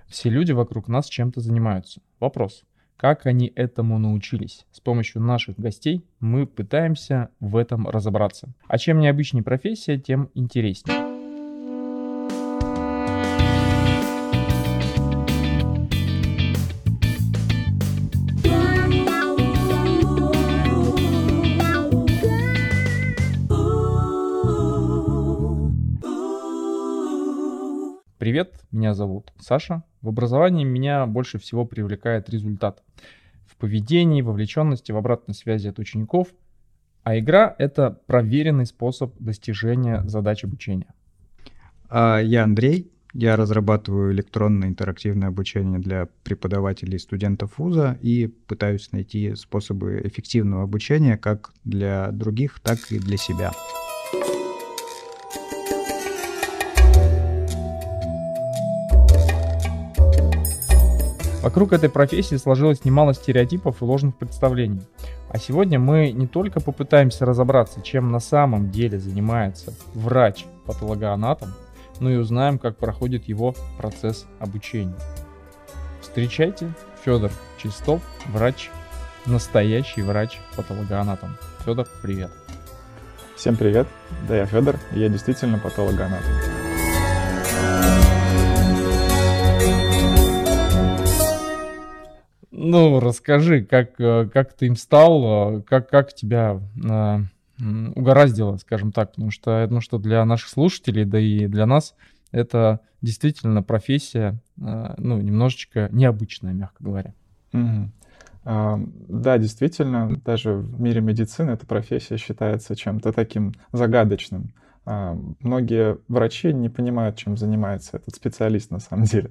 Все люди вокруг нас чем-то занимаются. Вопрос, как они этому научились? С помощью наших гостей мы пытаемся в этом разобраться. А чем необычнее профессия, тем интереснее. Привет, меня зовут Саша. В образовании меня больше всего привлекает результат. В поведении, вовлеченности, в обратной связи от учеников. А игра — это проверенный способ достижения задач обучения. Я Андрей. Я разрабатываю электронное интерактивное обучение для преподавателей и студентов вуза и пытаюсь найти способы эффективного обучения как для других, так и для себя. Вокруг этой профессии сложилось немало стереотипов и ложных представлений. А сегодня мы не только попытаемся разобраться, чем на самом деле занимается врач-патологоанатом, но и узнаем, как проходит его процесс обучения. Встречайте, Федор Чистов, врач, настоящий врач-патологоанатом. Федор, привет. Всем привет, да, я Федор, и я действительно патологоанатом. Ну, расскажи, как ты им стал, как тебя угораздило, скажем так, потому что для наших слушателей, да и для нас, это действительно профессия, немножечко необычная, мягко говоря. Угу. Да, действительно, даже в мире медицины эта профессия считается чем-то таким загадочным. Многие врачи не понимают, чем занимается этот специалист на самом деле.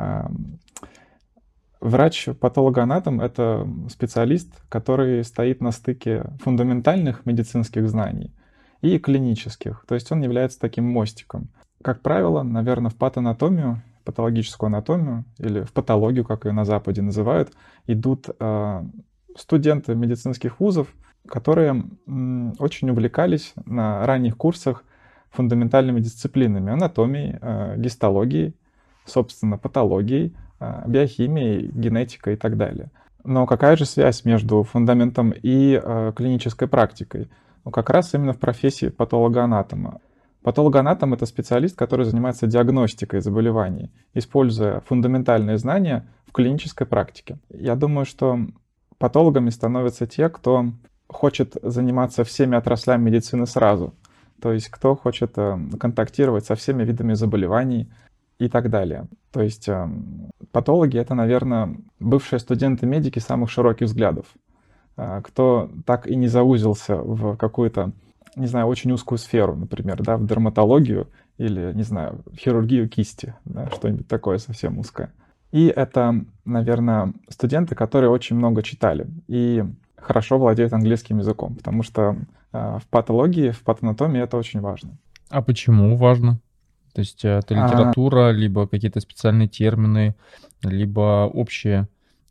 Врач-патологоанатом — это специалист, который стоит на стыке фундаментальных медицинских знаний и клинических. То есть он является таким мостиком. Как правило, наверное, в патанатомию, патологическую анатомию или в патологию, как ее на Западе называют, идут студенты медицинских вузов, которые очень увлекались на ранних курсах фундаментальными дисциплинами: анатомией, гистологией, собственно, патологией, биохимией, генетикой и так далее. Но какая же связь между фундаментом и клинической практикой? Ну, как раз именно в профессии патологоанатома. Патологоанатом — это специалист, который занимается диагностикой заболеваний, используя фундаментальные знания в клинической практике. Я думаю, что патологами становятся те, кто хочет заниматься всеми отраслями медицины сразу. То есть кто хочет контактировать со всеми видами заболеваний и так далее. То есть патологи — это, наверное, бывшие студенты-медики самых широких взглядов, кто так и не заузился в какую-то, не знаю, очень узкую сферу, например, да, в дерматологию или, не знаю, хирургию кисти, да, что-нибудь такое совсем узкое. И это, наверное, студенты, которые очень много читали и хорошо владеют английским языком, потому что в патологии, в патанатомии это очень важно. А почему важно? То есть это литература, либо какие-то специальные термины, либо общие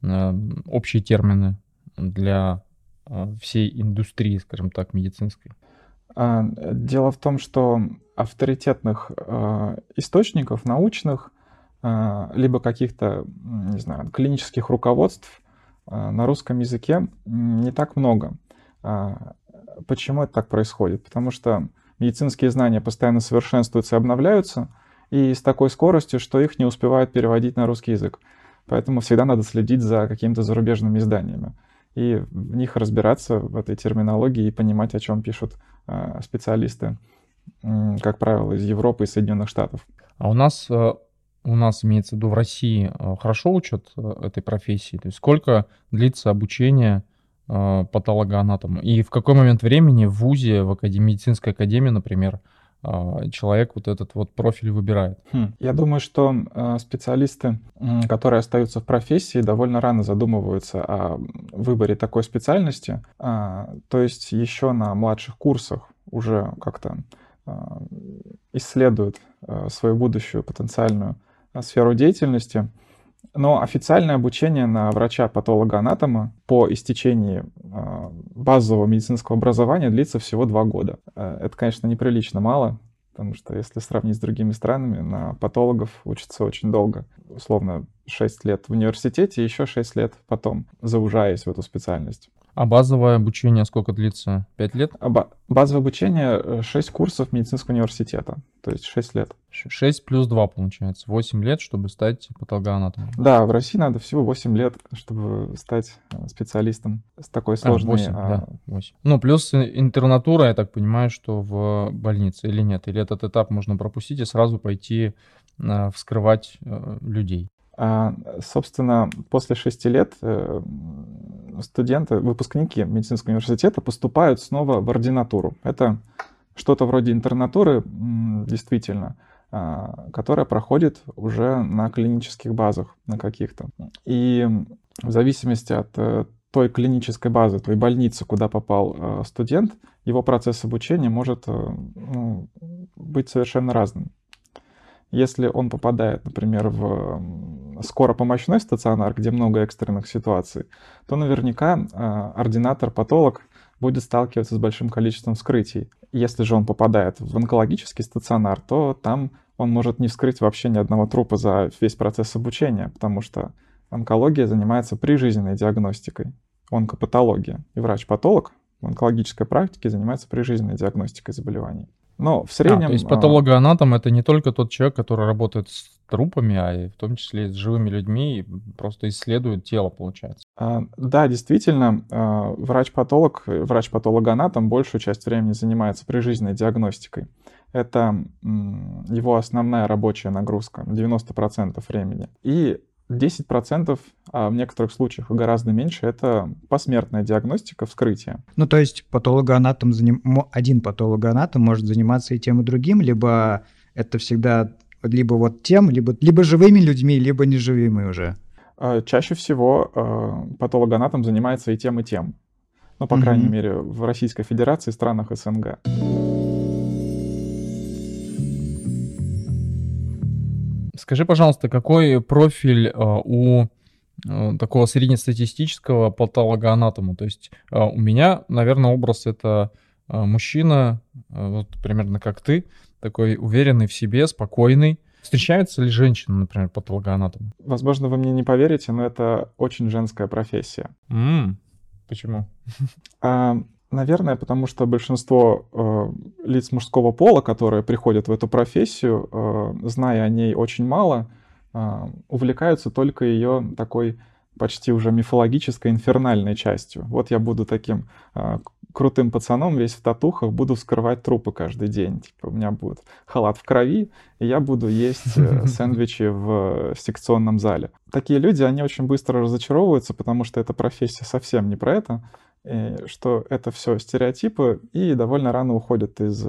термины для всей индустрии, скажем так, медицинской? Дело в том, что авторитетных источников научных, либо каких-то, не знаю, клинических руководств на русском языке не так много. Почему это так происходит? Потому что медицинские знания постоянно совершенствуются и обновляются, и с такой скоростью, что их не успевают переводить на русский язык. Поэтому всегда надо следить за какими-то зарубежными изданиями и в них разбираться, в этой терминологии, и понимать, о чем пишут специалисты, как правило, из Европы и Соединенных Штатов. А у нас имеется в виду в России хорошо учат этой профессии? То есть сколько длится обучение патологоанатома? И в какой момент времени в ВУЗе, в медицинской академии, например, человек вот этот вот профиль выбирает? Я думаю, что специалисты, которые остаются в профессии, довольно рано задумываются о выборе такой специальности. То есть еще на младших курсах уже как-то исследуют свою будущую потенциальную сферу деятельности. Но официальное обучение на врача-патологоанатома по истечении базового медицинского образования длится всего 2 года. Это, конечно, неприлично мало, потому что если сравнить с другими странами, на патологов учатся очень долго. Условно, 6 лет в университете и еще 6 лет потом, заужаясь в эту специальность. А базовое обучение сколько длится? 5 лет? Базовое обучение 6 курсов медицинского университета, то есть 6 лет. 6 плюс 2 получается. 8 лет, чтобы стать патологоанатомом. Да, в России надо всего 8 лет, чтобы стать специалистом с такой сложной... 8, да, 8. Ну, плюс интернатура, я так понимаю, что в больнице или нет? Или этот этап можно пропустить и сразу пойти вскрывать людей? Собственно, после 6 лет студенты, выпускники медицинского университета поступают снова в ординатуру. Это что-то вроде интернатуры, действительно, которая проходит уже на клинических базах, на каких-то. И в зависимости от той клинической базы, той больницы, куда попал студент, его процесс обучения может быть совершенно разным. Если он попадает, например, в скоропомощной стационар, где много экстренных ситуаций, то наверняка ординатор-патолог будет сталкиваться с большим количеством вскрытий. Если же он попадает в онкологический стационар, то там он может не вскрыть вообще ни одного трупа за весь процесс обучения, потому что онкология занимается прижизненной диагностикой, онкопатология. И врач-патолог в онкологической практике занимается прижизненной диагностикой заболеваний. Но в среднем... то есть патологоанатом — это не только тот человек, который работает с трупами, а и в том числе и с живыми людьми, и просто исследует тело, получается. Да, действительно, врач-патолог, врач-патологоанатом большую часть времени занимается прижизненной диагностикой. Это его основная рабочая нагрузка, 90% времени. И 10%, а в некоторых случаях и гораздо меньше, это посмертная диагностика, вскрытие. Ну, то есть один патологоанатом может заниматься и тем, и другим, либо это всегда либо вот тем, либо живыми людьми, либо неживыми уже? Чаще всего патологоанатом занимается и тем, и тем. Ну, по крайней мере, в Российской Федерации и странах СНГ. Скажи, пожалуйста, какой профиль у такого среднестатистического патологоанатома? То есть у меня, наверное, образ — это мужчина, вот примерно как ты, такой уверенный в себе, спокойный. Встречаются ли женщины, например, патологоанатомы? Возможно, вы мне не поверите, но это очень женская профессия. Почему? Наверное, потому что большинство лиц мужского пола, которые приходят в эту профессию, зная о ней очень мало, увлекаются только ее такой почти уже мифологической, инфернальной частью. Вот я буду таким крутым пацаном, весь в татухах, буду вскрывать трупы каждый день. Типа у меня будет халат в крови, и я буду есть сэндвичи в секционном зале. Такие люди, они очень быстро разочаровываются, потому что эта профессия совсем не про это, что это все стереотипы, и довольно рано уходят из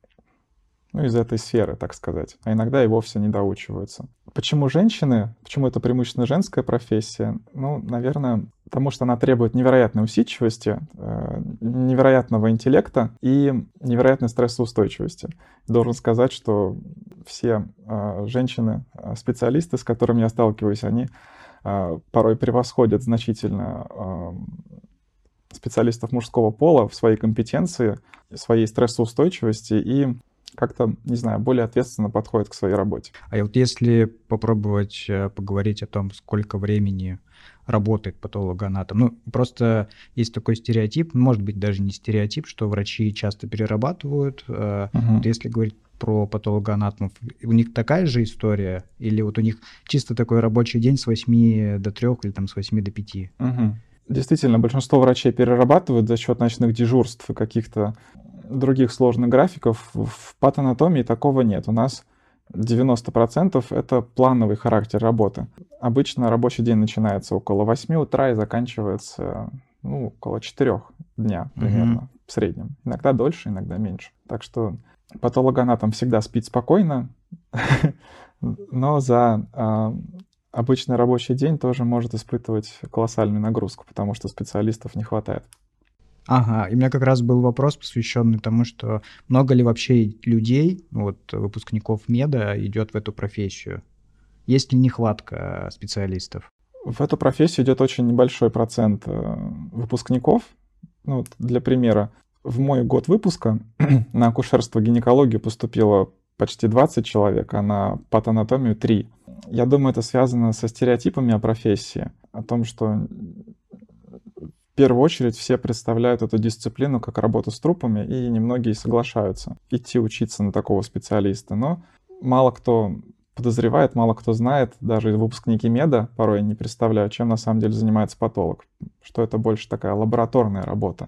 этой сферы, так сказать. А иногда и вовсе не доучиваются. Почему женщины? Почему это преимущественно женская профессия? Ну, наверное, потому что она требует невероятной усидчивости, невероятного интеллекта и невероятной стрессоустойчивости. Должен сказать, что все женщины-специалисты, с которыми я сталкиваюсь, они порой превосходят значительно специалистов мужского пола в своей компетенции, своей стрессоустойчивости и как-то, не знаю, более ответственно подходят к своей работе. А вот если попробовать поговорить о том, сколько времени работает патологоанатом, ну, просто есть такой стереотип, может быть, даже не стереотип, что врачи часто перерабатывают. Вот если говорить про патологоанатомов, у них такая же история? Или вот у них чисто такой рабочий день с 8 до 3 или там с 8 до 5? Действительно, большинство врачей перерабатывают за счет ночных дежурств и каких-то других сложных графиков. В патанатомии такого нет. У нас 90% это плановый характер работы. Обычно рабочий день начинается около 8 утра и заканчивается около 4 дня примерно в среднем. Иногда дольше, иногда меньше. Так что патологоанатом всегда спит спокойно, но за обычный рабочий день тоже может испытывать колоссальную нагрузку, потому что специалистов не хватает. Ага, и у меня как раз был вопрос, посвященный тому, что много ли вообще людей, выпускников меда, идет в эту профессию? Есть ли нехватка специалистов? В эту профессию идет очень небольшой процент выпускников. Для примера, в мой год выпуска на акушерство и гинекологию поступило почти 20 человек, а на патанатомию 3. Я думаю, это связано со стереотипами о профессии, о том, что в первую очередь все представляют эту дисциплину как работу с трупами, и немногие соглашаются идти учиться на такого специалиста. Но мало кто подозревает, мало кто знает, даже выпускники меда порой не представляют, чем на самом деле занимается патолог, что это больше такая лабораторная работа,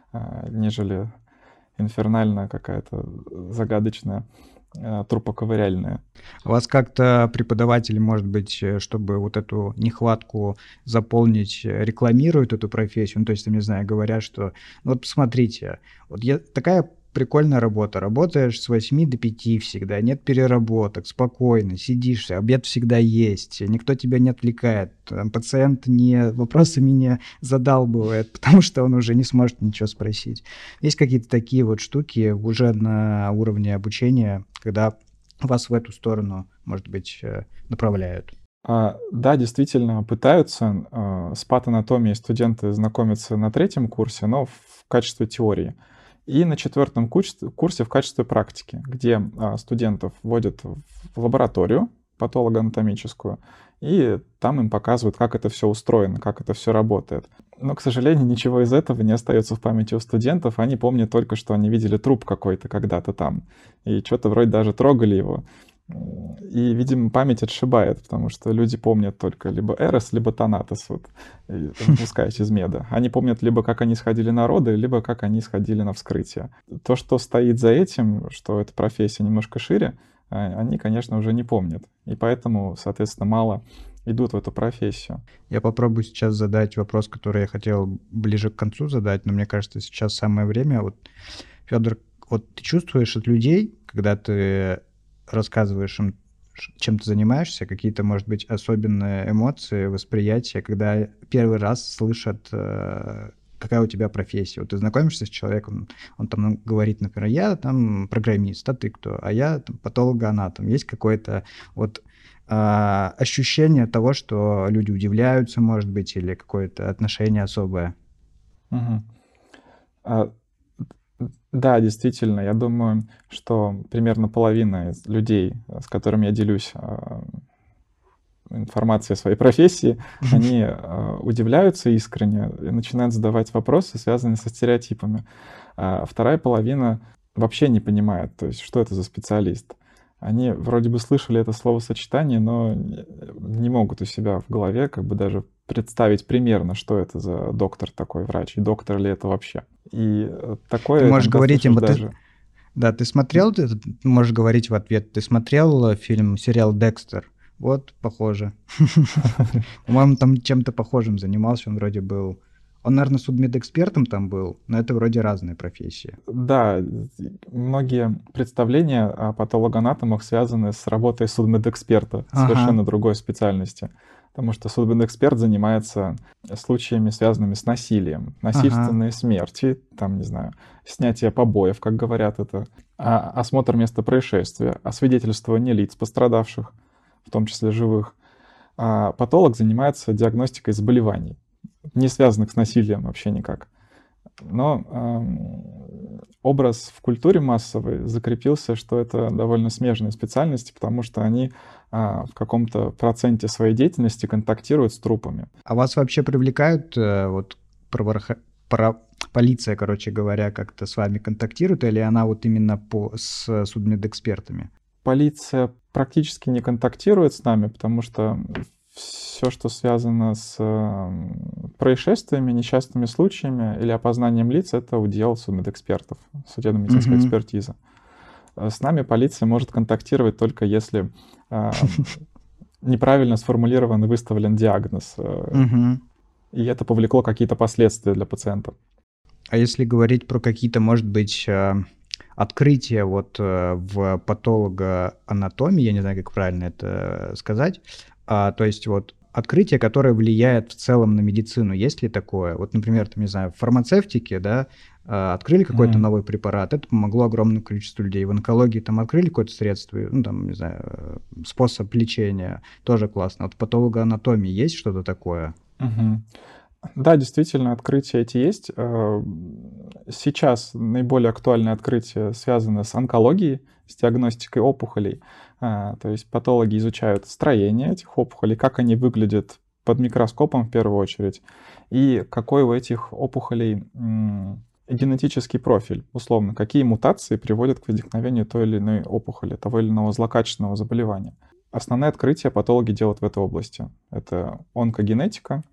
нежели инфернальная какая-то загадочная, трупоковыряльная. У вас как-то преподаватели, может быть, чтобы вот эту нехватку заполнить, рекламируют эту профессию? Ну, то есть, не знаю, говорят, что ну, вот посмотрите, вот такая прикольная работа, работаешь с 8 до 5 всегда, нет переработок, спокойно, сидишь, обед всегда есть, никто тебя не отвлекает, там, пациент вопросами не задалбывает, потому что он уже не сможет ничего спросить. Есть какие-то такие вот штуки уже на уровне обучения, когда вас в эту сторону, может быть, направляют? Да, действительно, пытаются. С патанатомией студенты знакомятся на 3-м курсе, но в качестве теории. И на 4-м курсе в качестве практики, где студентов вводят в лабораторию патологоанатомическую, и там им показывают, как это все устроено, как это все работает. Но, к сожалению, ничего из этого не остается в памяти у студентов. Они помнят только, что они видели труп какой-то когда-то там, и что-то вроде даже трогали его. И, видимо, память отшибает, потому что люди помнят только либо Эрос, либо Танатос, вот, выпускаясь из меда. Они помнят либо как они сходили на роды, либо как они сходили на вскрытие. То, что стоит за этим, что эта профессия немножко шире, они, конечно, уже не помнят. И поэтому, соответственно, мало идут в эту профессию. Я попробую сейчас задать вопрос, который я хотел ближе к концу задать, но мне кажется, сейчас самое время. Вот, Федор, вот ты чувствуешь от людей, когда ты рассказываешь им, чем ты занимаешься, какие-то, может быть, особенные эмоции, восприятия, когда первый раз слышат, какая у тебя профессия. Вот ты знакомишься с человеком, он там говорит, например, я там программист, а ты кто? А я там патологоанатом. Есть какое-то вот ощущение того, что люди удивляются, может быть, или какое-то отношение особое? Угу. Да, действительно, я думаю, что примерно половина из людей, с которыми я делюсь информацией о своей профессии, они удивляются искренне и начинают задавать вопросы, связанные со стереотипами. А вторая половина вообще не понимает, то есть, что это за специалист. Они вроде бы слышали это словосочетание, но не могут у себя в голове как бы даже представить примерно, что это за доктор такой, врач, и доктор ли это вообще. И такое... Ты можешь говорить им, даже... ты смотрел, ты можешь говорить в ответ, ты смотрел сериал «Декстер»? Вот, похоже. По-моему, там чем-то похожим занимался, он вроде был... Он, наверное, судмедэкспертом там был, но это вроде разные профессии. Да, многие представления о патологоанатомах связаны с работой судмедэксперта, совершенно другой специальности. Потому что судмедэксперт занимается случаями, связанными с насилием. Насильственные смерти, там, не знаю, снятие побоев, как говорят это, осмотр места происшествия, освидетельствование лиц пострадавших, в том числе живых. А патолог занимается диагностикой заболеваний, не связанных с насилием вообще никак. Но образ в культуре массовой закрепился, что это довольно смежные специальности, потому что они в каком-то проценте своей деятельности контактируют с трупами. А вас вообще привлекают, вот полиция, короче говоря, как-то с вами контактирует, или она вот именно с судмедэкспертами? Полиция практически не контактирует с нами, потому что все, что связано с происшествиями, несчастными случаями или опознанием лиц, это удел судмедэкспертов, судебно-медицинская экспертиза. С нами полиция может контактировать только если неправильно сформулирован и выставлен диагноз, и это повлекло какие-то последствия для пациента. А если говорить про какие-то, может быть, открытия вот в патологоанатомии, я не знаю, как правильно это сказать, то есть вот открытие, которое влияет в целом на медицину, есть ли такое? Вот, например, там, не знаю, в фармацевтике, да, открыли какой-то новый препарат, это помогло огромному количеству людей. В онкологии там открыли какое-то средство, ну, там, не знаю, способ лечения, тоже классно. Вот в патологоанатомии есть что-то такое? Да, действительно, открытия эти есть. Сейчас наиболее актуальные открытия связаны с онкологией, с диагностикой опухолей. То есть патологи изучают строение этих опухолей, как они выглядят под микроскопом в первую очередь, и какой у этих опухолей генетический профиль, условно, какие мутации приводят к возникновению той или иной опухоли, того или иного злокачественного заболевания. Основные открытия патологи делают в этой области. Это онкогенетика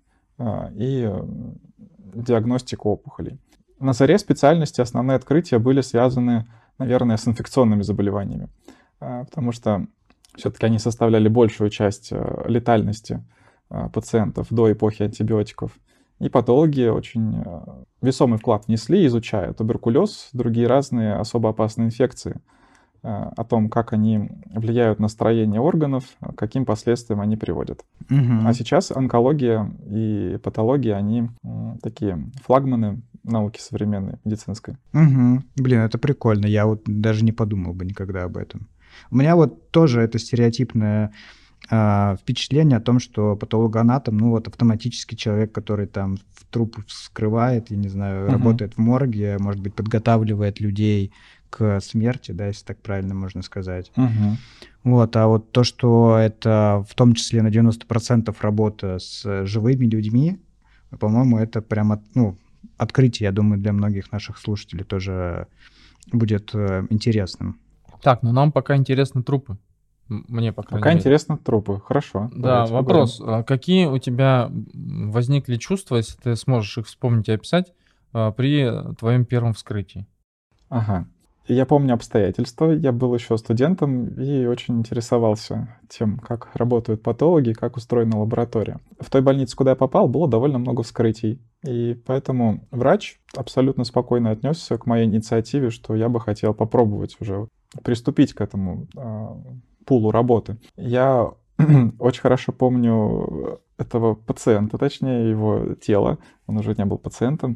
и диагностика опухолей. На заре специальности основные открытия были связаны, наверное, с инфекционными заболеваниями, потому что все-таки они составляли большую часть летальности пациентов до эпохи антибиотиков. И патологи очень весомый вклад внесли, изучая туберкулез, другие разные особо опасные инфекции, о том, как они влияют на строение органов, каким последствиям они приводят. А сейчас онкология и патология, они такие флагманы науки современной, медицинской. Блин, это прикольно. Я вот даже не подумал бы никогда об этом. У меня вот тоже это стереотипное впечатление о том, что патологоанатом, ну вот автоматически человек, который там в труп вскрывает, я не знаю, работает в морге, может быть, подготавливает людей к смерти, да, если так правильно можно сказать. Вот, а вот то, что это в том числе на 90% работа с живыми людьми, по-моему, это прямо, ну, открытие, я думаю, для многих наших слушателей тоже будет интересным. Так, ну нам пока интересны трупы. Мне пока интересны трупы, хорошо. Да, вопрос. Какие у тебя возникли чувства, если ты сможешь их вспомнить и описать, при твоем первом вскрытии? Ага. Я помню обстоятельства. Я был еще студентом и очень интересовался тем, как работают патологи, как устроена лаборатория. В той больнице, куда я попал, было довольно много вскрытий. И поэтому врач абсолютно спокойно отнесся к моей инициативе, что я бы хотел попробовать уже приступить к этому пулу работы. Я очень хорошо помню этого пациента, точнее его тело, он уже не был пациентом.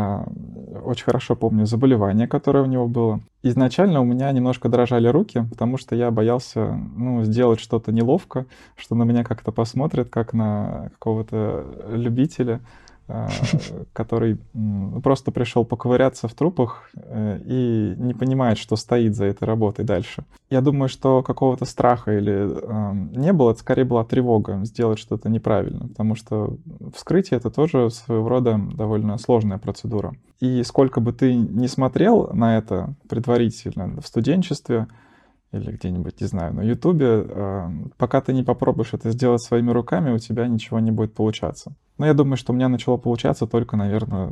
Очень хорошо помню заболевание, которое у него было. Изначально у меня немножко дрожали руки, потому что я боялся, сделать что-то неловко, что на меня как-то посмотрят, как на какого-то любителя, который просто пришел поковыряться в трупах и не понимает, что стоит за этой работой дальше. Я думаю, что какого-то страха или не было, это скорее была тревога сделать что-то неправильно, потому что вскрытие — это тоже своего рода довольно сложная процедура. И сколько бы ты ни смотрел на это предварительно в студенчестве или где-нибудь, не знаю, на Ютубе, пока ты не попробуешь это сделать своими руками, у тебя ничего не будет получаться. Но я думаю, что у меня начало получаться только, наверное,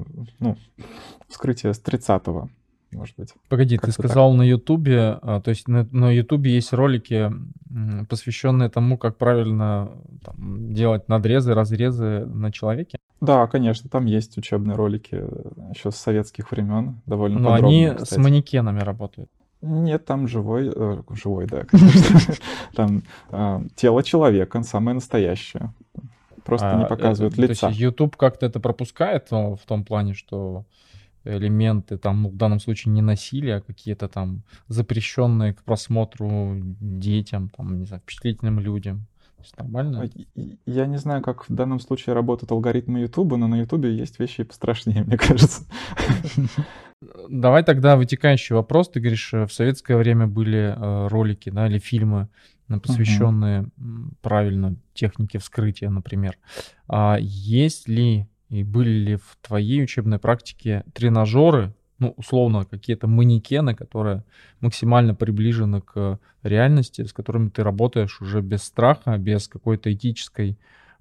вскрытие с 30-го, может быть. Погоди, ты сказал так. На Ютубе, то есть на Ютубе есть ролики, посвященные тому, как правильно делать надрезы, разрезы на человеке? Да, конечно, там есть учебные ролики еще с советских времен, довольно подробные. Но они кстати. С манекенами работают. Нет, там живой, да, конечно. Там тело человека, самое настоящее. Просто не показывают лица. То есть YouTube как-то это пропускает в том плане, что элементы там, в данном случае не насилие, а какие-то там запрещенные к просмотру детям, там, не знаю, впечатлительным людям. То есть нормально? Я не знаю, как в данном случае работают алгоритмы YouTube, но на YouTube есть вещи пострашнее, мне кажется. Давай тогда вытекающий вопрос. Ты говоришь, в советское время были ролики, да, или фильмы, посвященные правильно технике вскрытия, например. Есть ли и были ли в твоей учебной практике тренажеры, условно, какие-то манекены, которые максимально приближены к реальности, с которыми ты работаешь уже без страха, без какой-то этических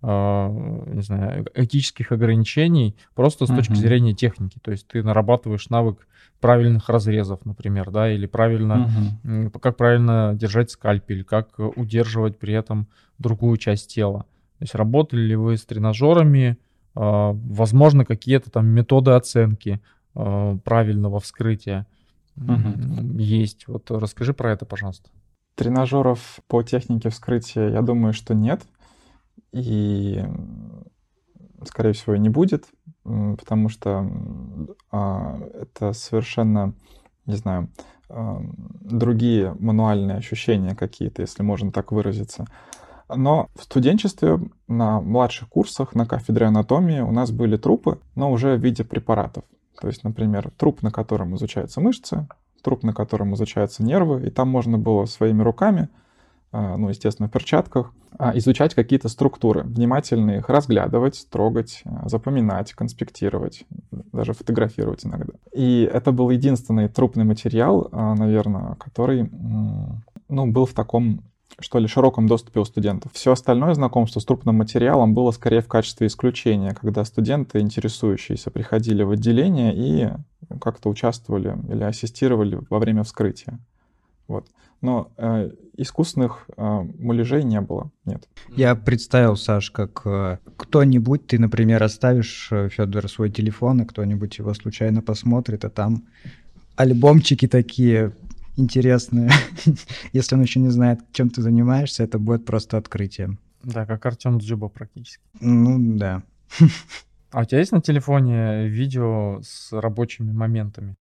ограничений, просто с точки зрения техники. То есть ты нарабатываешь навык правильных разрезов, например, да, или как правильно держать скальпель, как удерживать при этом другую часть тела. То есть работали ли вы с тренажерами, возможно, какие-то там методы оценки правильного вскрытия есть. Вот расскажи про это, пожалуйста. Тренажеров по технике вскрытия, я думаю, что нет. И, скорее всего, и не будет, потому что это совершенно, не знаю, другие мануальные ощущения какие-то, если можно так выразиться. Но в студенчестве на младших курсах на кафедре анатомии у нас были трупы, но уже в виде препаратов. То есть, например, труп, на котором изучаются мышцы, труп, на котором изучаются нервы, и там можно было своими руками, ну, естественно, в перчатках, изучать какие-то структуры, внимательно их разглядывать, трогать, запоминать, конспектировать, даже фотографировать иногда. И это был единственный трупный материал, наверное, который, ну, был в таком, что ли, широком доступе у студентов. Все остальное знакомство с трупным материалом было скорее в качестве исключения, когда студенты, интересующиеся, приходили в отделение и как-то участвовали или ассистировали во время вскрытия. Вот. Но искусственных муляжей не было, нет. Я представил, Саш, как кто-нибудь, ты, например, оставишь, Федор, свой телефон, и кто-нибудь его случайно посмотрит, а там альбомчики такие интересные. Если он еще не знает, чем ты занимаешься, это будет просто открытием. Да, как Артем Дзюба практически. Ну, да. А у тебя есть на телефоне видео с рабочими моментами?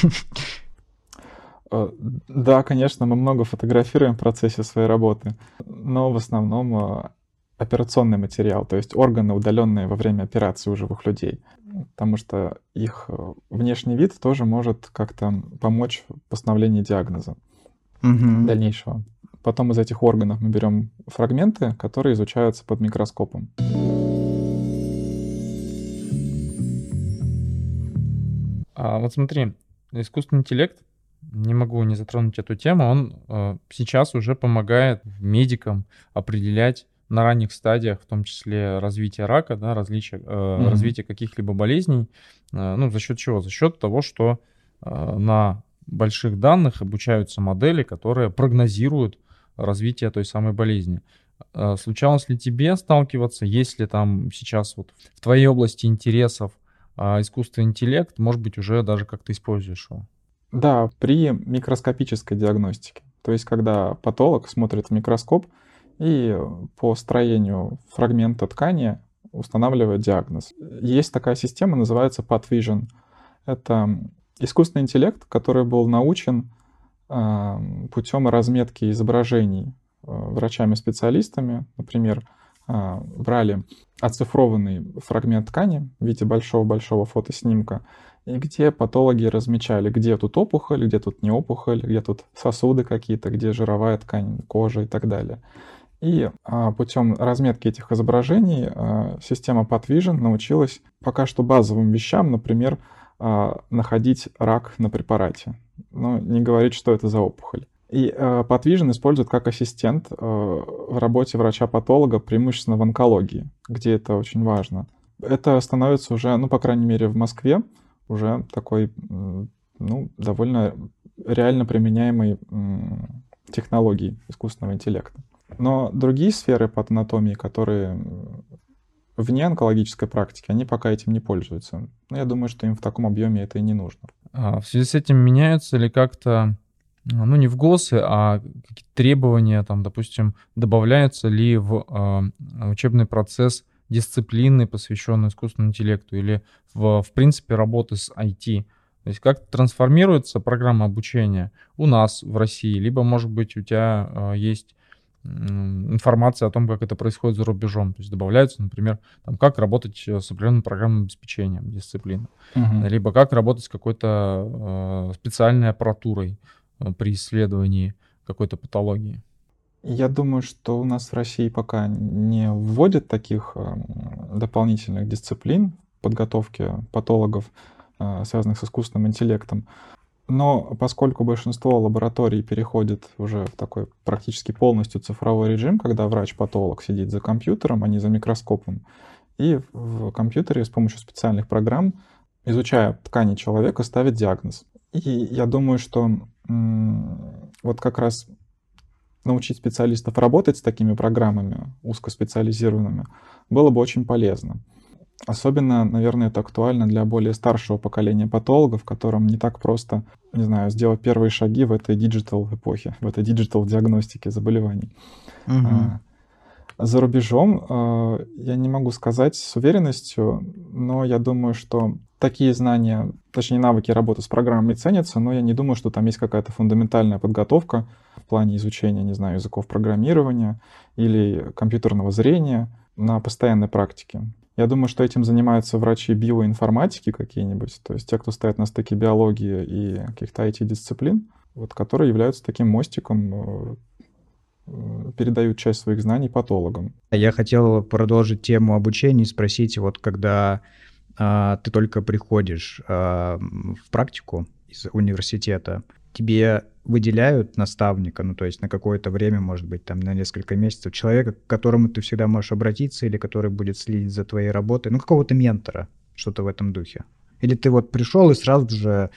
Да, конечно, мы много фотографируем в процессе своей работы, но в основном операционный материал, то есть органы, удаленные во время операции у живых людей, потому что их внешний вид тоже может как-то помочь в постановлении диагноза дальнейшего. Потом из этих органов мы берем фрагменты, которые изучаются под микроскопом. Вот смотри, искусственный интеллект, не могу не затронуть эту тему, он сейчас уже помогает медикам определять на ранних стадиях, в том числе развитие рака, да, развитие каких-либо болезней. Ну, за счет чего? За счет того, что на больших данных обучаются модели, которые прогнозируют развитие той самой болезни. Случалось ли тебе сталкиваться, есть ли там сейчас вот в твоей области интересов искусственный интеллект, может быть, уже даже как-то используешь его? Да, при микроскопической диагностике. То есть, когда патолог смотрит в микроскоп и по строению фрагмента ткани устанавливает диагноз. Есть такая система, называется PathVision. Это искусственный интеллект, который был научен путем разметки изображений врачами-специалистами. Например, брали оцифрованный фрагмент ткани в виде большого-большого фотоснимка, и где патологи размечали, где тут опухоль, где тут не опухоль, где тут сосуды какие-то, где жировая ткань, кожа и так далее. И путем разметки этих изображений система PathVision научилась пока что базовым вещам, например, находить рак на препарате, но не говорить, что это за опухоль. И PathVision используют как ассистент в работе врача-патолога, преимущественно в онкологии, где это очень важно. Это становится уже, ну, по крайней мере, в Москве, уже такой, ну, довольно реально применяемой технологией искусственного интеллекта. Но другие сферы патанатомии, которые вне онкологической практики, они пока этим не пользуются. Но я думаю, что им в таком объеме это и не нужно. В связи с этим меняются ли как-то, ну, не в ГОСы, а какие-то требования, там, допустим, добавляются ли в учебный процесс дисциплины, посвященные искусственному интеллекту, или в принципе работы с IT? То есть как трансформируется программа обучения у нас в России, либо, может быть, у тебя есть информация о том, как это происходит за рубежом. То есть добавляются, например, там, как работать с определенным программным обеспечением дисциплины, либо как работать с какой-то специальной аппаратурой при исследовании какой-то патологии. Я думаю, что у нас в России пока не вводят таких дополнительных дисциплин подготовки патологов, связанных с искусственным интеллектом. Но поскольку большинство лабораторий переходит уже в такой практически полностью цифровой режим, когда врач-патолог сидит за компьютером, а не за микроскопом, и в компьютере с помощью специальных программ, изучая ткани человека, ставит диагноз. И я думаю, что вот как раз научить специалистов работать с такими программами узкоспециализированными было бы очень полезно. Особенно, наверное, это актуально для более старшего поколения патологов, которым не так просто, не знаю, сделать первые шаги в этой диджитал-эпохе, в этой диджитал-диагностике заболеваний. За рубежом я не могу сказать с уверенностью, но я думаю, что такие знания, точнее навыки работы с программой ценятся, но я не думаю, что там есть какая-то фундаментальная подготовка в плане изучения, не знаю, языков программирования или компьютерного зрения на постоянной практике. Я думаю, что этим занимаются врачи биоинформатики какие-нибудь, то есть те, кто стоят на стыке биологии и каких-то IT-дисциплин, вот, которые являются таким мостиком, передают часть своих знаний патологам. Я хотел продолжить тему обучения и спросить, вот когда ты только приходишь в практику из университета, тебе выделяют наставника, ну, то есть на какое-то время, может быть, там на несколько месяцев, человека, к которому ты всегда можешь обратиться или который будет следить за твоей работой, ну, какого-то ментора, что-то в этом духе? Или ты вот пришел и сразу же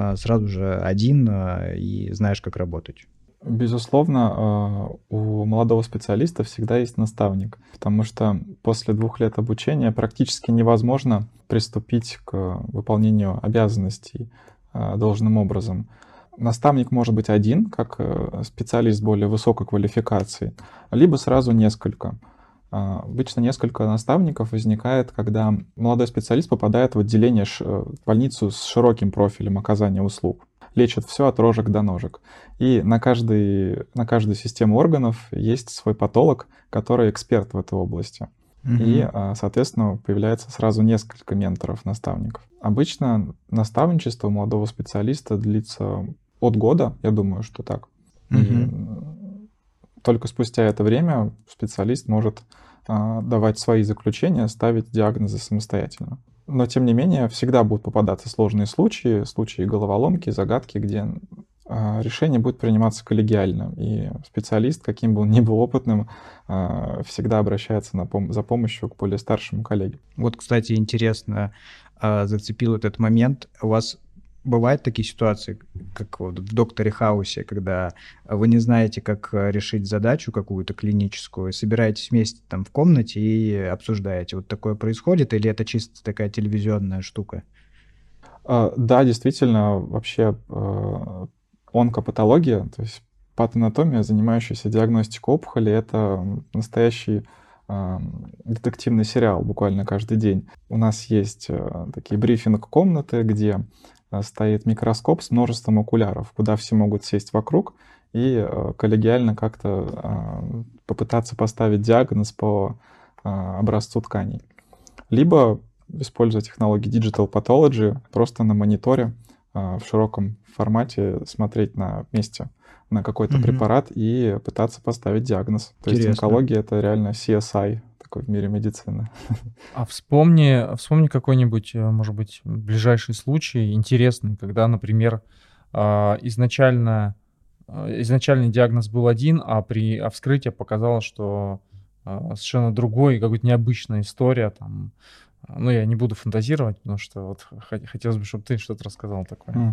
один и знаешь, как работать? Безусловно, у молодого специалиста всегда есть наставник, потому что после 2 лет обучения практически невозможно приступить к выполнению обязанностей должным образом. Наставник может быть один, как специалист более высокой квалификации, либо сразу несколько. Обычно несколько наставников возникает, когда молодой специалист попадает в отделение, в больницу с широким профилем оказания услуг. Лечат все от рожек до ножек. И на каждую систему органов есть свой патолог, который эксперт в этой области. И, соответственно, появляется сразу несколько менторов, наставников. Обычно наставничество молодого специалиста длится от года, я думаю, что так. И только спустя это время специалист может давать свои заключения, ставить диагнозы самостоятельно. Но, тем не менее, всегда будут попадаться сложные случаи головоломки, загадки, где решение будет приниматься коллегиально. И специалист, каким бы он ни был опытным, всегда обращается за помощью к более старшему коллеге. Вот, кстати, интересно, зацепил этот момент. У вас бывают такие ситуации, как вот в «Докторе Хаусе», когда вы не знаете, как решить задачу какую-то клиническую, собираетесь вместе там в комнате и обсуждаете. Вот такое происходит, или это чисто такая телевизионная штука? Да, действительно, вообще онкопатология, то есть патоанатомия, занимающаяся диагностикой опухоли, это настоящий детективный сериал буквально каждый день. У нас есть такие брифинг-комнаты, где стоит микроскоп с множеством окуляров, куда все могут сесть вокруг и коллегиально как-то попытаться поставить диагноз по образцу тканей. Либо, используя технологии Digital Pathology, просто на мониторе в широком формате смотреть на месте на какой-то препарат и пытаться поставить диагноз. То есть онкология — это реально CSI такой в мире медицины. А вспомни какой-нибудь, может быть, ближайший случай интересный, когда, например, изначальный диагноз был один, а при вскрытии показалось, что совершенно другой, какая-то необычная история там. Ну, я не буду фантазировать, потому что вот хотелось бы, чтобы ты что-то рассказал такое.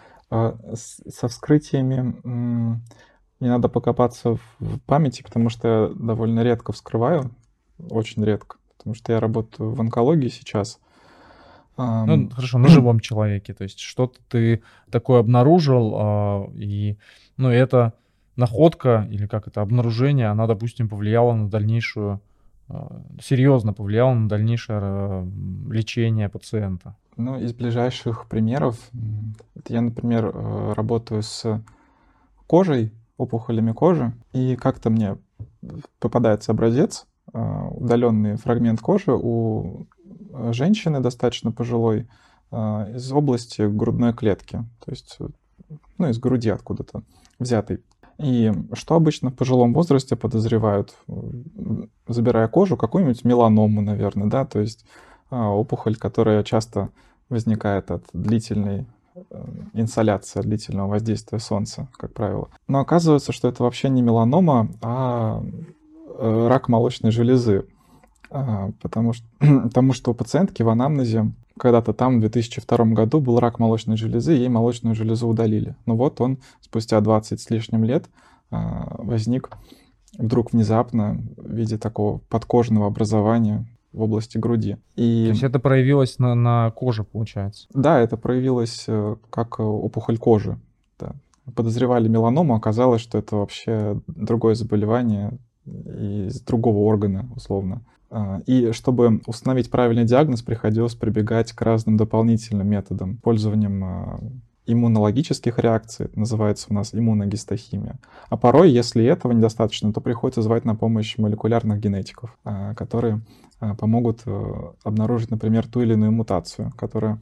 Со вскрытиями мне надо покопаться в памяти, потому что я довольно редко вскрываю, очень редко, потому что я работаю в онкологии сейчас. Ну, хорошо, на живом человеке, то есть что-то ты такое обнаружил, и, ну, эта находка, или как это, обнаружение, она, допустим, повлияла на дальнейшую, серьезно повлияла на дальнейшее лечение пациента. Ну, из ближайших примеров, я, например, работаю с кожей, опухолями кожи, и как-то мне попадается образец, удаленный фрагмент кожи у женщины достаточно пожилой из области грудной клетки, то есть, ну, из груди откуда-то взятый. И что обычно в пожилом возрасте подозревают, забирая кожу, какую-нибудь меланому, наверное, да, то есть опухоль, которая часто возникает от длительной инсоляции, от длительного воздействия солнца, как правило. Но оказывается, что это вообще не меланома, а рак молочной железы. Потому что у пациентки в анамнезе когда-то там в 2002 году был рак молочной железы, ей молочную железу удалили. Но вот он спустя 20 с лишним лет возник вдруг внезапно в виде такого подкожного образования в области груди. То есть это проявилось на коже, получается? Да, это проявилось как опухоль кожи. Да. Подозревали меланому, оказалось, что это вообще другое заболевание из другого органа, условно. И чтобы установить правильный диагноз, приходилось прибегать к разным дополнительным методам, использованием иммунологических реакций, это называется у нас иммуногистохимия. А порой, если этого недостаточно, то приходится звать на помощь молекулярных генетиков, которые помогут обнаружить, например, ту или иную мутацию, которая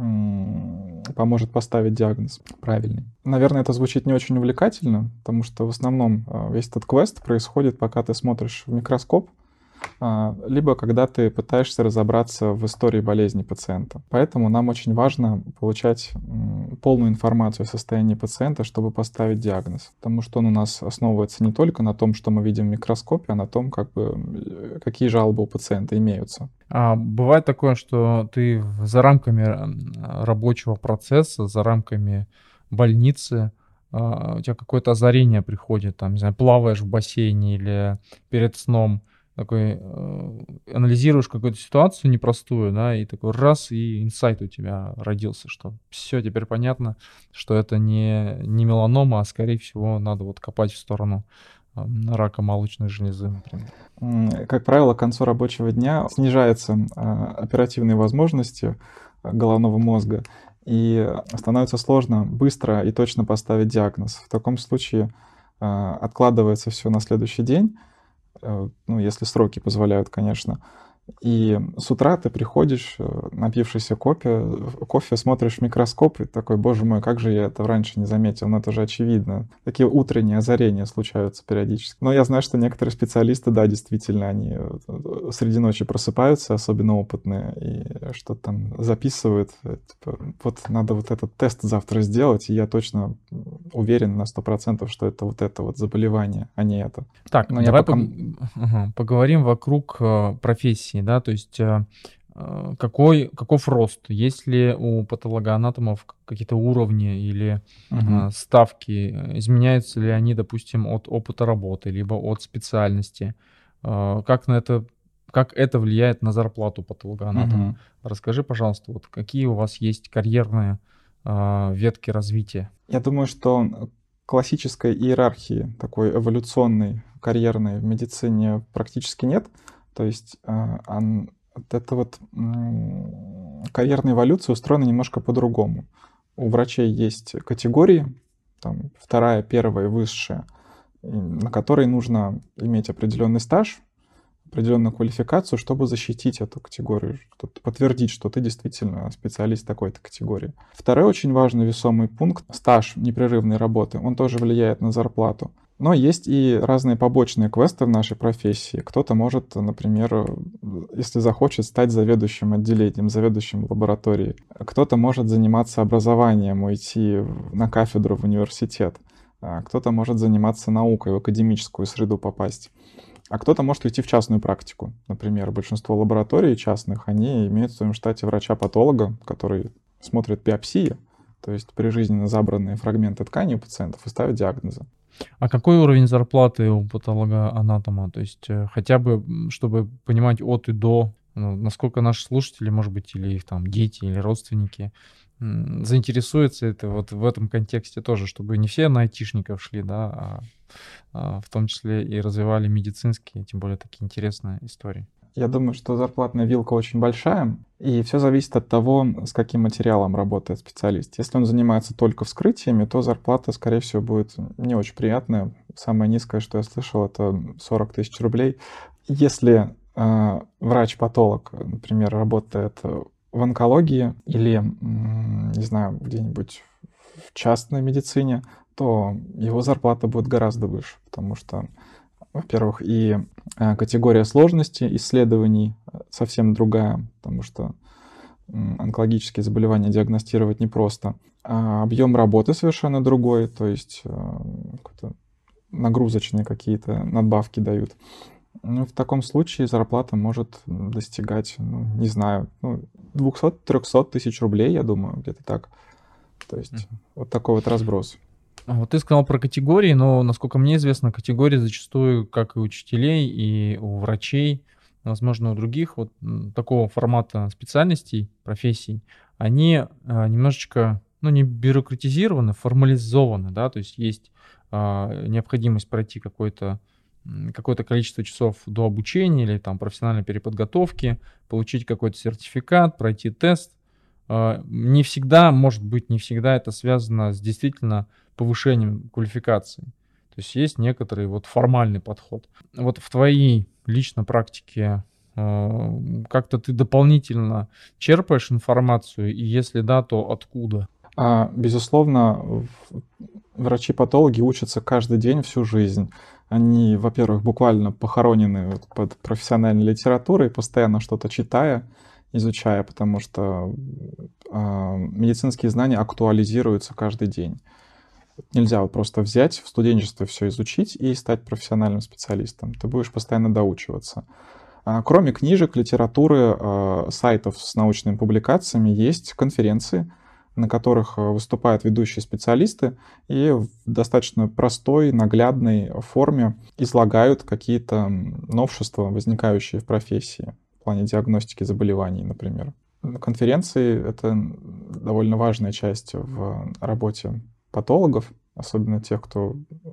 поможет поставить диагноз правильный. Наверное, это звучит не очень увлекательно, потому что в основном весь этот квест происходит, пока ты смотришь в микроскоп, либо когда ты пытаешься разобраться в истории болезни пациента. Поэтому нам очень важно получать полную информацию о состоянии пациента, чтобы поставить диагноз. Потому что он у нас основывается не только на том, что мы видим в микроскопе, а на том, какие жалобы у пациента имеются. А бывает такое, что ты за рамками рабочего процесса, за рамками больницы, у тебя какое-то озарение приходит, там, не знаю, плаваешь в бассейне или перед сном, такой анализируешь какую-то ситуацию непростую, да, и такой раз, и инсайт у тебя родился, что все, теперь понятно, что это не меланома, а скорее всего надо вот копать в сторону рака молочной железы, например. Как правило, к концу рабочего дня снижаются оперативные возможности головного мозга, и становится сложно быстро и точно поставить диагноз. В таком случае откладывается все на следующий день, ну, если сроки позволяют, конечно. И с утра ты приходишь, напившийся кофе, смотришь в микроскоп и такой, боже мой, как же я это раньше не заметил, ну это же очевидно. Такие утренние озарения случаются периодически. Но я знаю, что некоторые специалисты, да, действительно, они среди ночи просыпаются, особенно опытные, и что-то там записывают. Типа, вот надо вот этот тест завтра сделать, и я точно уверен на 100%, что это вот заболевание, а не это. Так, Но давай поговорим вокруг профессии. Да, то есть каков рост? Есть ли у патологоанатомов какие-то уровни или ставки? Изменяются ли они, допустим, от опыта работы, либо от специальности? Как это влияет на зарплату патологоанатома? Расскажи, пожалуйста, вот какие у вас есть карьерные ветки развития? Я думаю, что классической иерархии, такой эволюционной, карьерной в медицине практически нет. То есть эта вот карьерная эволюция устроена немножко по-другому. У врачей есть категории, там, 2-я, 1-я и высшая, на которые нужно иметь определенный стаж, определенную квалификацию, чтобы защитить эту категорию, подтвердить, что ты действительно специалист такой-то категории. Второй очень важный весомый пункт — стаж непрерывной работы. Он тоже влияет на зарплату. Но есть и разные побочные квесты в нашей профессии. Кто-то может, например, если захочет, стать заведующим отделением, заведующим лабораторией. Кто-то может заниматься образованием, уйти на кафедру в университет. Кто-то может заниматься наукой, в академическую среду попасть. А кто-то может уйти в частную практику. Например, большинство лабораторий частных, они имеют в своем штате врача-патолога, который смотрит биопсии, то есть прижизненно забранные фрагменты ткани у пациентов, и ставит диагнозы. А какой уровень зарплаты у патологоанатома? То есть хотя бы, чтобы понимать от и до, насколько наши слушатели, может быть, или их там дети, или родственники заинтересуются это вот в этом контексте тоже, чтобы не все на айтишников шли, да, а в том числе и развивали медицинские, тем более такие интересные истории. Я думаю, что зарплатная вилка очень большая, и все зависит от того, с каким материалом работает специалист. Если он занимается только вскрытиями, то зарплата, скорее всего, будет не очень приятная. Самое низкое, что я слышал, это 40 тысяч рублей. Если врач-патолог, например, работает в онкологии или, не знаю, где-нибудь в частной медицине, то его зарплата будет гораздо выше, потому что, во-первых, и категория сложности исследований совсем другая, потому что онкологические заболевания диагностировать непросто. А объем работы совершенно другой, то есть нагрузочные какие-то надбавки дают. Ну, в таком случае зарплата может достигать, не знаю, 200-300 тысяч рублей, я думаю, где-то так. То есть вот такой вот разброс. Вот ты сказал про категории, но, насколько мне известно, категории зачастую, как и у учителей, и у врачей, возможно, у других вот такого формата специальностей, профессий, они немножечко, не бюрократизированы, формализованы, да, то есть есть необходимость пройти какой-то какое-то количество часов до обучения или там профессиональной переподготовки, получить какой-то сертификат, пройти тест. Не всегда, может быть, не всегда это связано с действительно повышением квалификации. То есть есть некоторый вот формальный подход. Вот в твоей личной практике как-то ты дополнительно черпаешь информацию, и если да, то откуда? Безусловно, врачи-патологи учатся каждый день всю жизнь. Они, во-первых, буквально похоронены под профессиональной литературой, постоянно что-то читая, изучая, потому что медицинские знания актуализируются каждый день. Нельзя вот просто взять в студенчестве все изучить и стать профессиональным специалистом. Ты будешь постоянно доучиваться. Кроме книжек, литературы, сайтов с научными публикациями, есть конференции, на которых выступают ведущие специалисты и в достаточно простой, наглядной форме излагают какие-то новшества, возникающие в профессии, в плане диагностики заболеваний, например. Конференции — это довольно важная часть в работе патологов, особенно тех, кто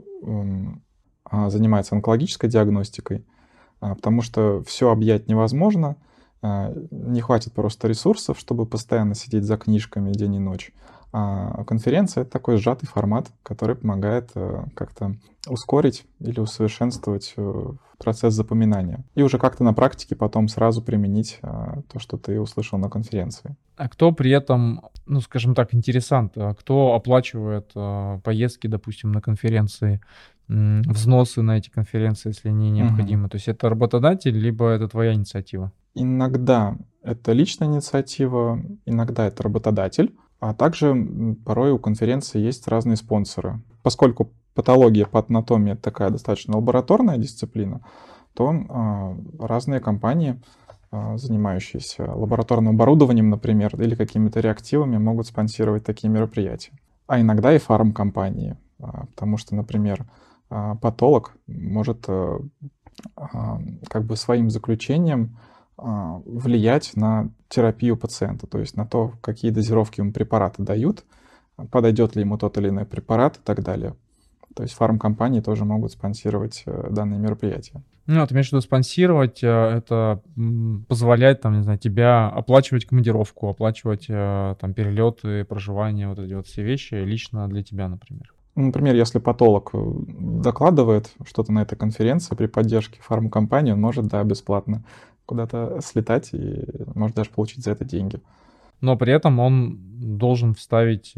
занимается онкологической диагностикой, потому что все объять невозможно, не хватит просто ресурсов, чтобы постоянно сидеть за книжками день и ночь. А конференция — это такой сжатый формат, который помогает как-то ускорить или усовершенствовать процесс запоминания. И уже как-то на практике потом сразу применить то, что ты услышал на конференции. А кто при этом, ну, скажем так, интересант? Кто оплачивает поездки, допустим, на конференции, взносы на эти конференции, если они необходимы? То есть это работодатель, либо это твоя инициатива? Иногда это личная инициатива, иногда это работодатель, а также порой у конференции есть разные спонсоры. Поскольку патология по анатомии — это такая достаточно лабораторная дисциплина, то разные компании, занимающиеся лабораторным оборудованием, например, или какими-то реактивами, могут спонсировать такие мероприятия. А иногда и фармкомпании, потому что, например, патолог может как бы своим заключением влиять на терапию пациента, то есть на то, какие дозировки ему препараты дают, подойдет ли ему тот или иной препарат и так далее. То есть фармкомпании тоже могут спонсировать данные мероприятия. Ну, ты имеешь в виду спонсировать, это позволяет, там, не знаю, тебя оплачивать командировку, оплачивать там перелеты, проживание, вот эти вот все вещи лично для тебя, например. Например, если патолог докладывает что-то на этой конференции при поддержке фармкомпании, он может, да, бесплатно куда-то слетать и может даже получить за это деньги. Но при этом он должен вставить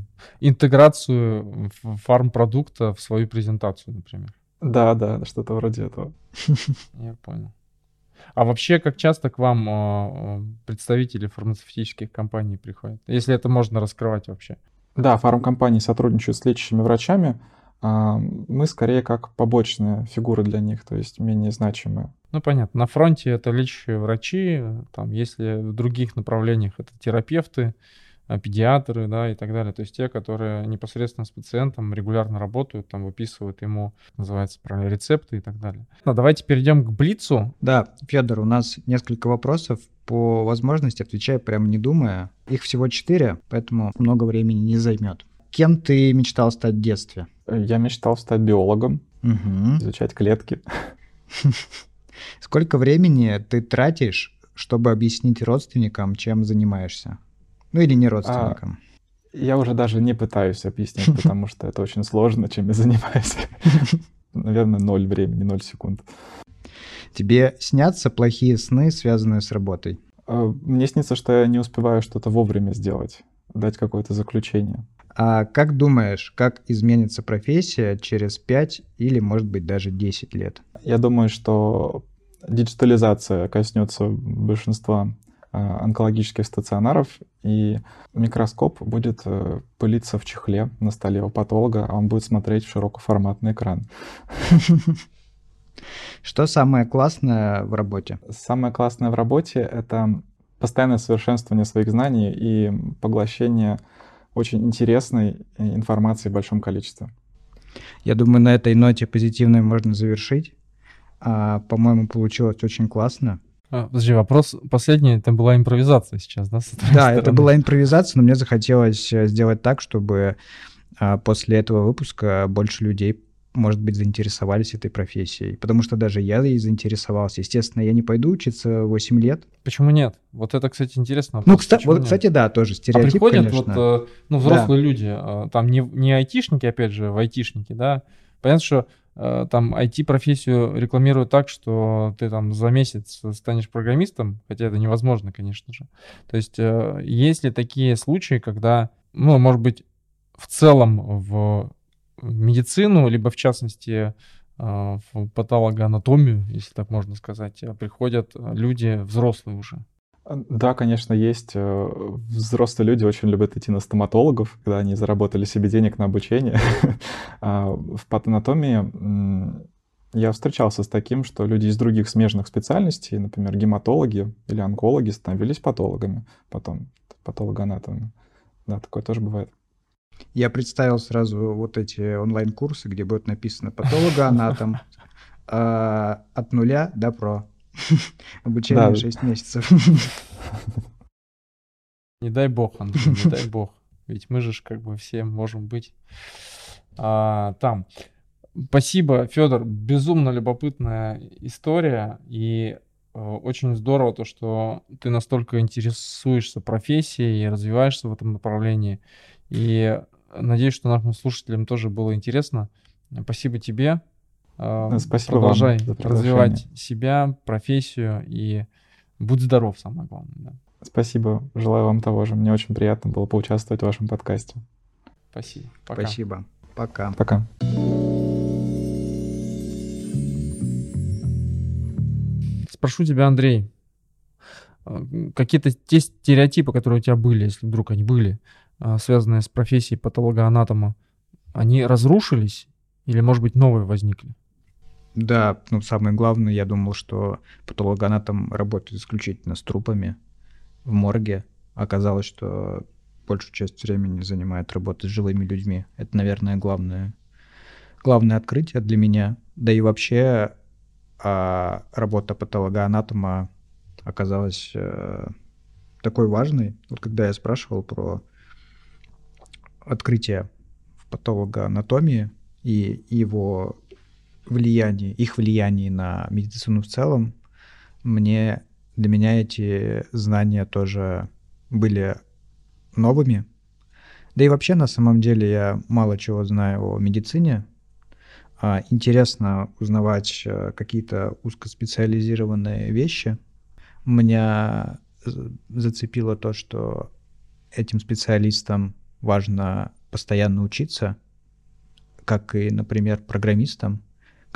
интеграцию фармпродукта в свою презентацию, например. Да, что-то вроде этого. Я понял. А вообще, как часто к вам представители фармацевтических компаний приходят? Если это можно раскрывать вообще. Да, фармкомпании сотрудничают с лечащими врачами. Мы скорее как побочные фигуры для них, то есть менее значимые. Ну, понятно. На фронте это лечащие врачи, там, если в других направлениях это терапевты, педиатры, да, и так далее. То есть те, которые непосредственно с пациентом регулярно работают, там, выписывают ему, называется, правильно, рецепты и так далее. Ну, давайте перейдем к Блицу. Да, Федор, у нас несколько вопросов. По возможности отвечай прямо не думая. Их всего 4, поэтому много времени не займет. Кем ты мечтал стать в детстве? Я мечтал стать биологом, изучать клетки. Сколько времени ты тратишь, чтобы объяснить родственникам, чем занимаешься? Ну или не родственникам? Я уже даже не пытаюсь объяснить, потому что это очень сложно, чем я занимаюсь. Наверное, 0 времени, 0 секунд. Тебе снятся плохие сны, связанные с работой? Мне снится, что я не успеваю что-то вовремя сделать, дать какое-то заключение. А как думаешь, как изменится профессия через 5 или, может быть, даже 10 лет? Я думаю, что диджитализация коснется большинства онкологических стационаров, и микроскоп будет пылиться в чехле на столе у патолога, а он будет смотреть в широкоформатный экран. Что самое классное в работе? Самое классное в работе — это постоянное совершенствование своих знаний и поглощение очень интересной информации в большом количестве. Я думаю, на этой ноте позитивной можно завершить. По-моему, получилось очень классно. Подожди, вопрос последний, это была импровизация сейчас, да? Да, это была импровизация, но мне захотелось сделать так, чтобы после этого выпуска больше людей может быть, заинтересовались этой профессией. Потому что даже я ей заинтересовался. Естественно, я не пойду учиться 8 лет. Почему нет? Вот это, кстати, интересно. Ну, кстати, да, тоже стереотип, приходят конечно. взрослые люди, там не айтишники, опять же, в айтишники, да. Понятно, что там IT-профессию рекламируют так, что ты там за месяц станешь программистом, хотя это невозможно, конечно же. То есть есть ли такие случаи, когда, может быть, в целом в медицину, либо в частности в патологоанатомию, если так можно сказать, приходят люди взрослые уже? Да, конечно, есть. Взрослые люди очень любят идти на стоматологов, когда они заработали себе денег на обучение. В патанатомии я встречался с таким, что люди из других смежных специальностей, например, гематологи или онкологи, становились патологами потом, патологоанатомами. Да, такое тоже бывает. Я представил сразу вот эти онлайн-курсы, где будет написано «патологоанатом», от нуля до про. Обучение 6 месяцев. Не дай бог, Андрей, не дай бог. Ведь мы же как бы все можем быть там. Спасибо, Федор. Безумно любопытная история. И очень здорово то, что ты настолько интересуешься профессией и развиваешься в этом направлении. И надеюсь, что нашим слушателям тоже было интересно. Спасибо тебе. Спасибо Продолжай вам за развивать себя, профессию, и будь здоров, самое главное. Да. Спасибо. Желаю вам того же. Мне очень приятно было поучаствовать в вашем подкасте. Спасибо. Пока. Спасибо. Пока. Пока. Спрошу тебя, Андрей, какие-то те стереотипы, которые у тебя были, если вдруг они были, связанные с профессией патологоанатома, они разрушились или, может быть, новые возникли? Да, самое главное, я думал, что патологоанатом работает исключительно с трупами в морге. Оказалось, что большую часть времени занимает работа с живыми людьми. Это, наверное, главное открытие для меня. Да и вообще работа патологоанатома оказалась такой важной. Вот когда я спрашивал про открытие в патологоанатомии и их влияние на медицину в целом, для меня эти знания тоже были новыми. Да и вообще, на самом деле, я мало чего знаю о медицине. Интересно узнавать какие-то узкоспециализированные вещи. Меня зацепило то, что этим специалистам важно постоянно учиться, как и, например, программистам,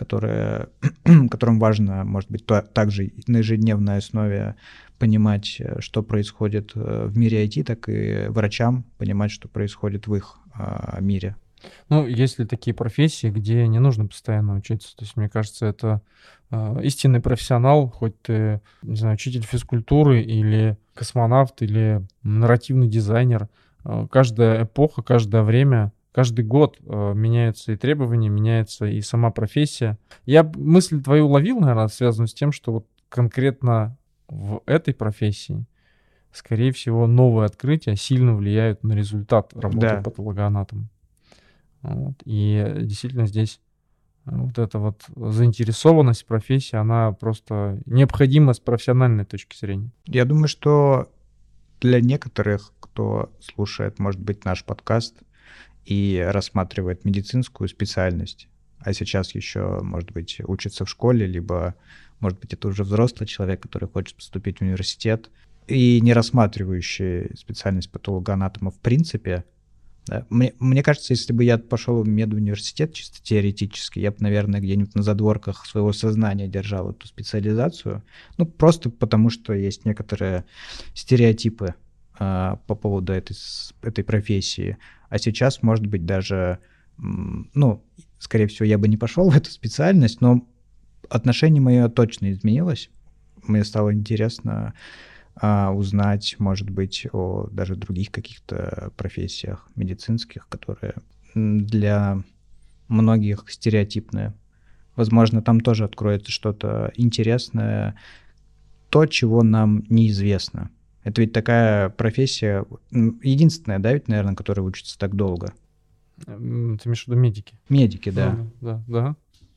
которым важно, может быть, также на ежедневной основе понимать, что происходит в мире IT, так и врачам понимать, что происходит в их мире. Есть ли такие профессии, где не нужно постоянно учиться? То есть, мне кажется, это истинный профессионал, хоть ты, не знаю, учитель физкультуры или космонавт, или нарративный дизайнер. Каждая эпоха, каждое время, каждый год меняются и требования, меняется и сама профессия. Я мысль твою уловил, наверное, связанную с тем, что вот конкретно в этой профессии, скорее всего, новые открытия сильно влияют на результат работы патологоанатома. И действительно здесь вот эта вот заинтересованность в профессии, она просто необходима с профессиональной точки зрения. Я думаю, что для некоторых, кто слушает, может быть, наш подкаст и рассматривает медицинскую специальность, а сейчас еще, может быть, учится в школе, либо, может быть, это уже взрослый человек, который хочет поступить в университет, и не рассматривающий специальность патологоанатома в принципе. Да. Мне кажется, если бы я пошел в медуниверситет чисто теоретически, я бы, наверное, где-нибудь на задворках своего сознания держал эту специализацию. Просто потому, что есть некоторые стереотипы по поводу этой профессии. А сейчас, может быть, даже, скорее всего, я бы не пошел в эту специальность, но отношение мое точно изменилось. Мне стало интересно узнать, может быть, о даже других каких-то профессиях медицинских, которые для многих стереотипные. Возможно, там тоже откроется что-то интересное, то, чего нам неизвестно. Это ведь такая профессия, единственная, да, ведь, наверное, которая учится так долго. Ты имеешь в виду медики? Медики, да. Да.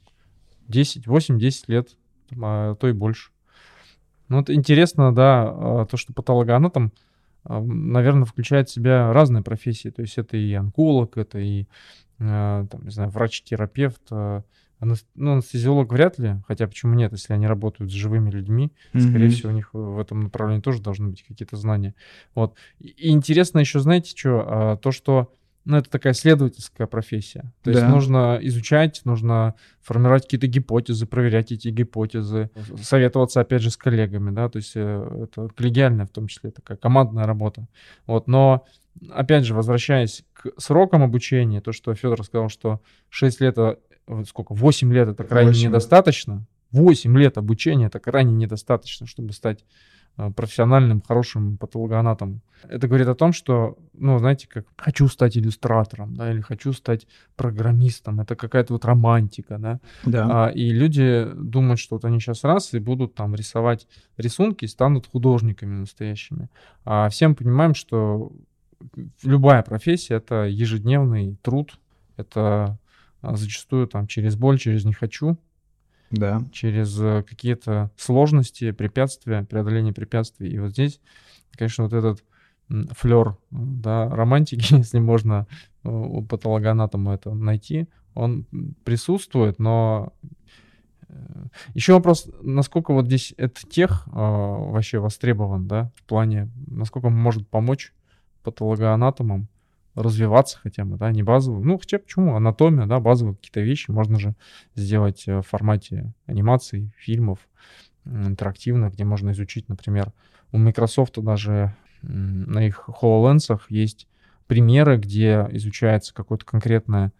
8-10 лет, а то и больше. Ну, вот интересно, да, то, что патологоанатом, наверное, включает в себя разные профессии. То есть это и онколог, это и, там, не знаю, врач-терапевт, анестезиолог вряд ли, хотя почему нет, если они работают с живыми людьми, скорее всего, у них в этом направлении тоже должны быть какие-то знания. Вот. И интересно еще, знаете, что? То, что это такая исследовательская профессия. То есть нужно изучать, нужно формировать какие-то гипотезы, проверять эти гипотезы, советоваться, опять же, с коллегами, да, то есть это коллегиальная, в том числе, такая командная работа. Вот, но, опять же, возвращаясь к срокам обучения, то, что Федор сказал, что 6 лет, 8 лет это крайне недостаточно. 8 лет обучения это крайне недостаточно, чтобы стать профессиональным, хорошим патологоанатомом. Это говорит о том, что, знаете, как хочу стать иллюстратором, да, или хочу стать программистом. Это какая-то вот романтика, да. Да. И люди думают, что вот они сейчас раз и будут там рисовать рисунки и станут художниками настоящими. А все мы понимаем, что любая профессия — это ежедневный труд, это зачастую там через боль, через «не хочу», да, через какие-то сложности, препятствия, преодоление препятствий. И вот здесь, конечно, вот этот флер, да, романтики, если можно у патологоанатома это найти, он присутствует, но еще вопрос, насколько вот здесь этот тех вообще востребован, да, в плане, насколько он может помочь патологоанатомам развиваться хотя бы, да, не базовую. Хотя почему? Анатомия, да, базовые какие-то вещи можно же сделать в формате анимаций, фильмов, интерактивных, где можно изучить, например, у Microsoft даже на их HoloLens'ах есть примеры, где изучается какой-то конкретный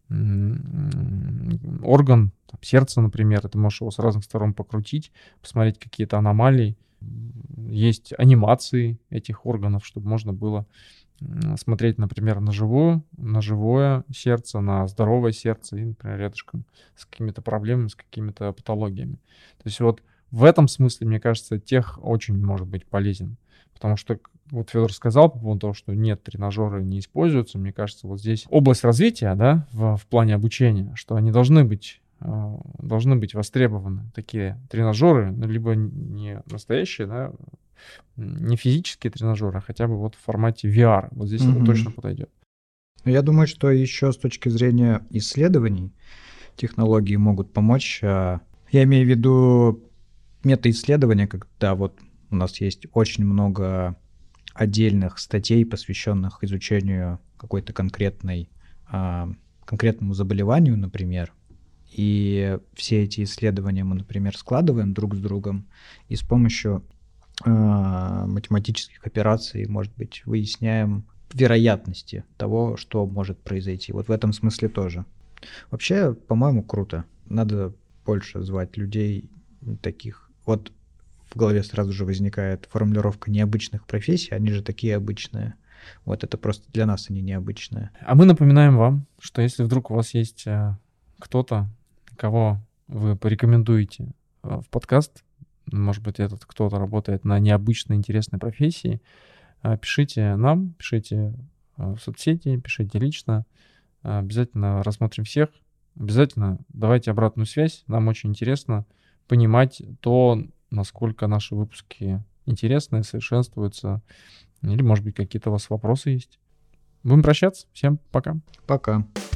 орган, там, сердце, например, и ты можешь его с разных сторон покрутить, посмотреть какие-то аномалии. Есть анимации этих органов, чтобы можно было смотреть, например, на живое сердце, на здоровое сердце и, например, рядышком с какими-то проблемами, с какими-то патологиями. То есть вот в этом смысле, мне кажется, тех очень может быть полезен. Потому что, вот Федор сказал по поводу того, что нет, тренажеры не используются, мне кажется, вот здесь область развития, да, в плане обучения, что они должны быть востребованы, такие тренажеры, либо не настоящие, да, не физические тренажеры, а хотя бы вот в формате VR. Вот здесь это точно подойдет. Я думаю, что еще с точки зрения исследований технологии могут помочь. Я имею в виду метаисследования, когда вот у нас есть очень много отдельных статей, посвященных изучению какой-то конкретному заболеванию, например. И все эти исследования мы, например, складываем друг с другом и с помощью математических операций, может быть, выясняем вероятности того, что может произойти. Вот в этом смысле тоже. Вообще, по-моему, круто. Надо больше звать людей таких. Вот в голове сразу же возникает формулировка необычных профессий, они же такие обычные. Вот это просто для нас они необычные. А мы напоминаем вам, что если вдруг у вас есть кто-то, кого вы порекомендуете в подкаст, может быть, этот кто-то работает на необычной, интересной профессии, пишите нам, пишите в соцсети, пишите лично. Обязательно рассмотрим всех. Обязательно давайте обратную связь. Нам очень интересно понимать то, насколько наши выпуски интересны, совершенствуются. Или, может быть, какие-то у вас вопросы есть. Будем прощаться. Всем пока. Пока.